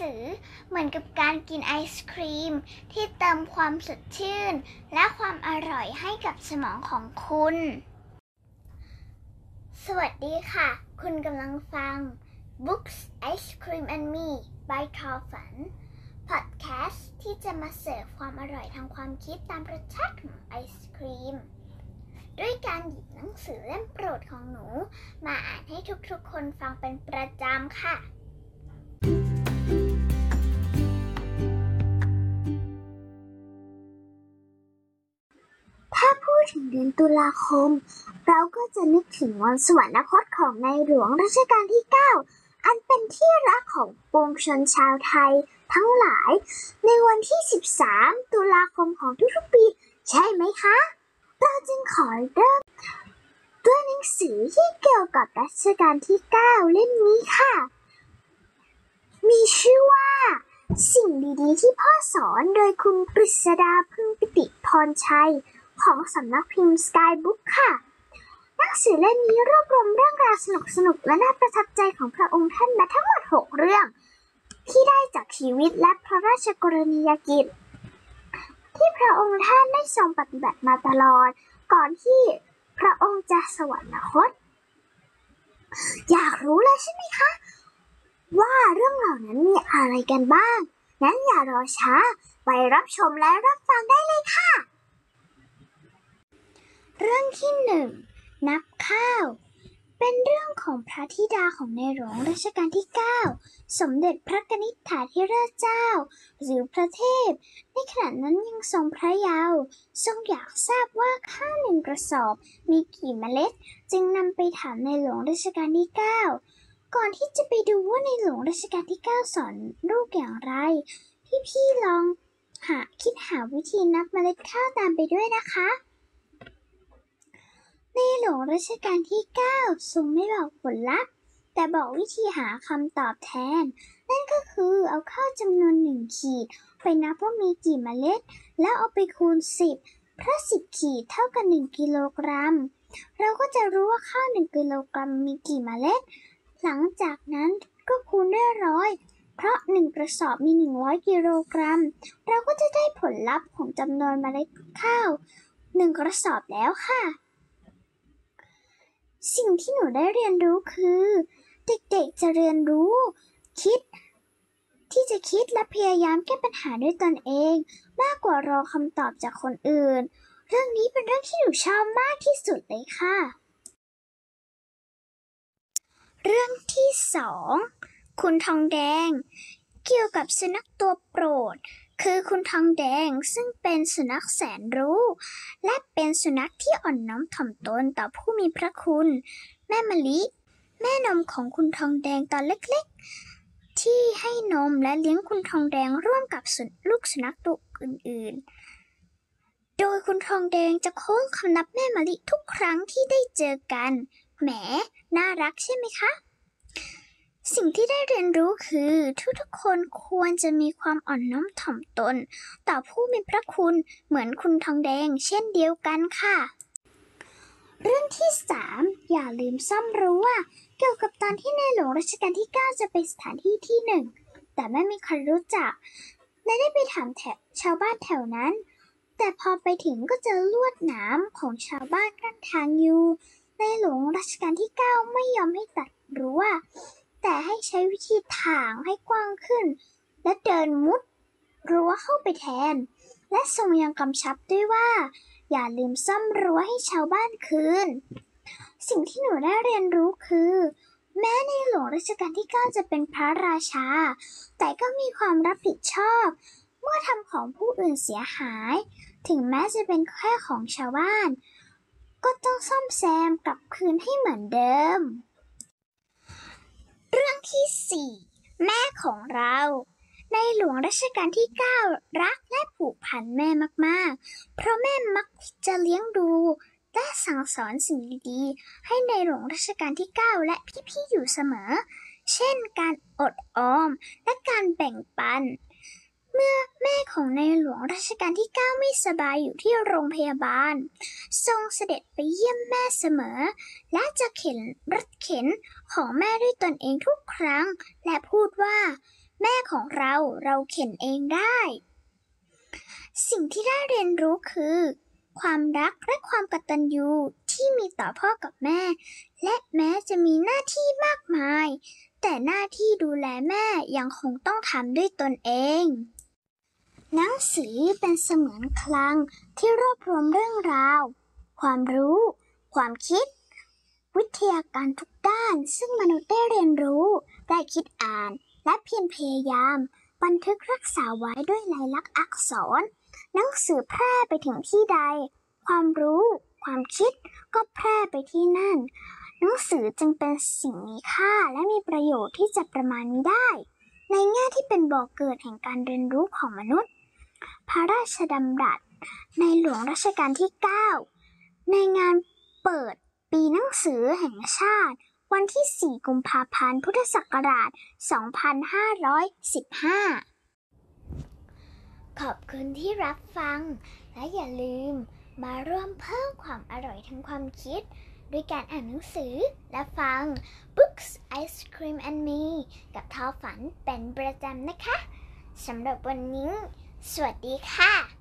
สือเหมือนกับการกินไอศครีมที่เติมความสดชื่นและความอร่อยให้กับสมองของคุณสวัสดีค่ะคุณกำลังฟัง Books Ice Cream and Me by ทอฝันพอดแคสต์ที่จะมาเสิร์ฟความอร่อยทางความคิดตามรสชาติของไอศครีมด้วยการหยิบหนังสือเล่มโปรดของหนูมาอ่านให้ทุกๆคนฟังเป็นประจำค่ะถ้าพูดถึงเดือนตุลาคมเราก็จะนึกถึงวันสวรรคตของในหลวงรัชกาลที่ 9 อันเป็นที่รักของปวงชนชาวไทยทั้งหลายในวันที่ 13 ตุลาคมของทุกๆปีใช่ไหมคะเราจึงขอเริ่มด้วยหนังสือที่เกี่ยวกับรัชกาลที่ 9 เล่มนี้ค่ะมีชื่อว่าสิ่งดีๆที่พ่อสอนโดยคุณกฤษดาพึ่งปิติพรชัยของสำนักพิมพ์ Sky Book ค่ะหนังสือเล่มนี้รวบรวมเรื่องราวสนุกๆและน่าประทับใจของพระองค์ท่านมาทั้งหมด 6 เรื่องที่ได้จากชีวิตและพระราชกรณียกิจที่พระองค์ท่านได้ทรงปฏิบัติมาตลอดก่อนที่พระองค์จะสวรรคตอยากรู้เลยใช่ไหมคะว่าเรื่องเหล่านั้นมีอะไรกันบ้างงั้นอย่ารอช้าไปรับชมและรับฟังได้เลยค่ะเรื่องที่ 1 นับข้าวเป็นเรื่องของพระธิดาของในหลวงรัชกาลที่ 9 สมเด็จพระกนิษฐาธิราชเจ้าหรือพระเทพในขณะนั้นยังทรงพระเยาว์ทรงอยากทราบว่าข้าว1 กระสอบมีกี่เมล็ดจึงนำไปถามในหลวงรัชกาลที่ 9 ก่อนที่จะไปดูว่าในหลวงรัชกาลที่ 9 สอนลูกอย่างไรพี่ๆลองคิดหาวิธีนับเมล็ดข้าวตามไปด้วยนะคะในหลวงรัชกาลที่ 9 ทรงไม่บอกผลลัพธ์แต่บอกวิธีหาคำตอบแทนนั่นก็คือเอาข้าวจำนวน1 ขีดไปนับว่ามีกี่เมล็ดแล้วเอาไปคูณ10เพราะ10 ขีดเท่ากับ1 กิโลกรัมเราก็จะรู้ว่าข้าว1 กิโลกรัมมีกี่เมล็ดหลังจากนั้นก็คูณด้วย100เพราะ1 กระสอบมี100 กิโลกรัมเราก็จะได้ผลลัพธ์ของจำนวนเมล็ดข้าว1 กระสอบแล้วค่ะสิ่งที่หนูได้เรียนรู้คือเด็กๆจะเรียนรู้ที่จะคิดและพยายามแก้ปัญหาด้วยตนเองมากกว่ารอคำตอบจากคนอื่นเรื่องนี้เป็นเรื่องที่หนูชอบมากที่สุดเลยค่ะเรื่องที่ 2 คุณทองแดงเกี่ยวกับสุนัขตัวโปรดคือคุณทองแดงซึ่งเป็นสุนัขแสนรู้และเป็นสุนัขที่อ่อนน้อมถ่อมตนต่อผู้มีพระคุณแม่มะลิแม่นมของคุณทองแดงตอนเล็กๆที่ให้นมและเลี้ยงคุณทองแดงร่วมกับลูกสุนัขตัวอื่นๆโดยคุณทองแดงจะโค้งคำนับแม่มะลิทุกครั้งที่ได้เจอกันแหมน่ารักใช่ไหมคะสิ่งที่ได้เรียนรู้คือทุกๆคนควรจะมีความอ่อนน้อมถ่อมตนต่อผู้มีพระคุณเหมือนคุณทองแดงเช่นเดียวกันค่ะเรื่องที่ 3 อย่าลืมซ่อมรั้วเกี่ยวกับตอนที่ในหลวงรัชกาลที่ 9 จะไปสถานที่ที่ 1แต่ไม่มีใครรู้จักและได้ไปถามชาวบ้านแถวนั้นแต่พอไปถึงก็เจอลวดหนามของชาวบ้านกั้นทางอยู่ในหลวงรัชกาลที่ 9 ไม่ยอมให้ตัดรั้วแต่ให้ใช้วิธีถางให้กว้างขึ้นและเดินมุดรั้วเข้าไปแทนและทรงยังกำชับด้วยว่าอย่าลืมซ่อมรั้วให้ชาวบ้านคืนสิ่งที่หนูได้เรียนรู้คือแม้ในหลวงรัชกาลที่ 9 จะเป็นพระราชาแต่ก็มีความรับผิดชอบเมื่อทำของผู้อื่นเสียหายถึงแม้จะเป็นแค่ของชาวบ้านก็ต้องซ่อมแซมกลับคืนให้เหมือนเดิมเรื่องที่ 4 แม่ของเราในหลวงรัชกาลที่ 9 รักและผูกพันแม่มากๆเพราะแม่มักจะเลี้ยงดูและสั่งสอนสิ่งดีๆให้ในหลวงรัชกาลที่ 9 และพี่ๆอยู่เสมอเช่นการอดออมและการแบ่งปันเมื่อแม่ของในหลวงรัชกาลที่ 9 ไม่สบายอยู่ที่โรงพยาบาลทรงเสด็จไปเยี่ยมแม่เสมอและจะเข็นรถเข็นของแม่ด้วยตนเองทุกครั้งและพูดว่าแม่ของเราเข็นเองได้ สิ่งที่ได้เรียนรู้คือความรักและความกตัญญูที่มีต่อพ่อกับแม่และแม้จะมีหน้าที่มากมายแต่หน้าที่ดูแลแม่ยังคงต้องทำด้วยตนเองหนังสือเป็นเสมือนคลังที่รวบรวมเรื่องราวความรู้ความคิดวิทยาการทุกด้านซึ่งมนุษย์ได้เรียนรู้ได้คิดอ่านและเพียรพยายามบันทึกรักษาไว้ด้วยลายลักษณ์อักษรหนังสือแพร่ไปถึงที่ใดความรู้ความคิดก็แพร่ไปที่นั่นหนังสือจึงเป็นสิ่งมีค่าและมีประโยชน์ที่จะประมาณมิได้ในแง่ที่เป็นบ่อกเกิดแห่งการเรียนรู้ของมนุษย์พระราชดำรัสในหลวงรัชกาลที่ 9ในงานเปิดปีหนังสือแห่งชาติวันที่ 4 กุมภาพันธ์ พุทธศักราช 2515 ขอบคุณที่รับฟังและอย่าลืมมาร่วมเพิ่มความอร่อยทางความคิดด้วยการอ่านหนังสือและฟัง Books Ice Cream and Me กับทอฝันเป็นประจำนะคะสำหรับวันนี้สวัสดีค่ะ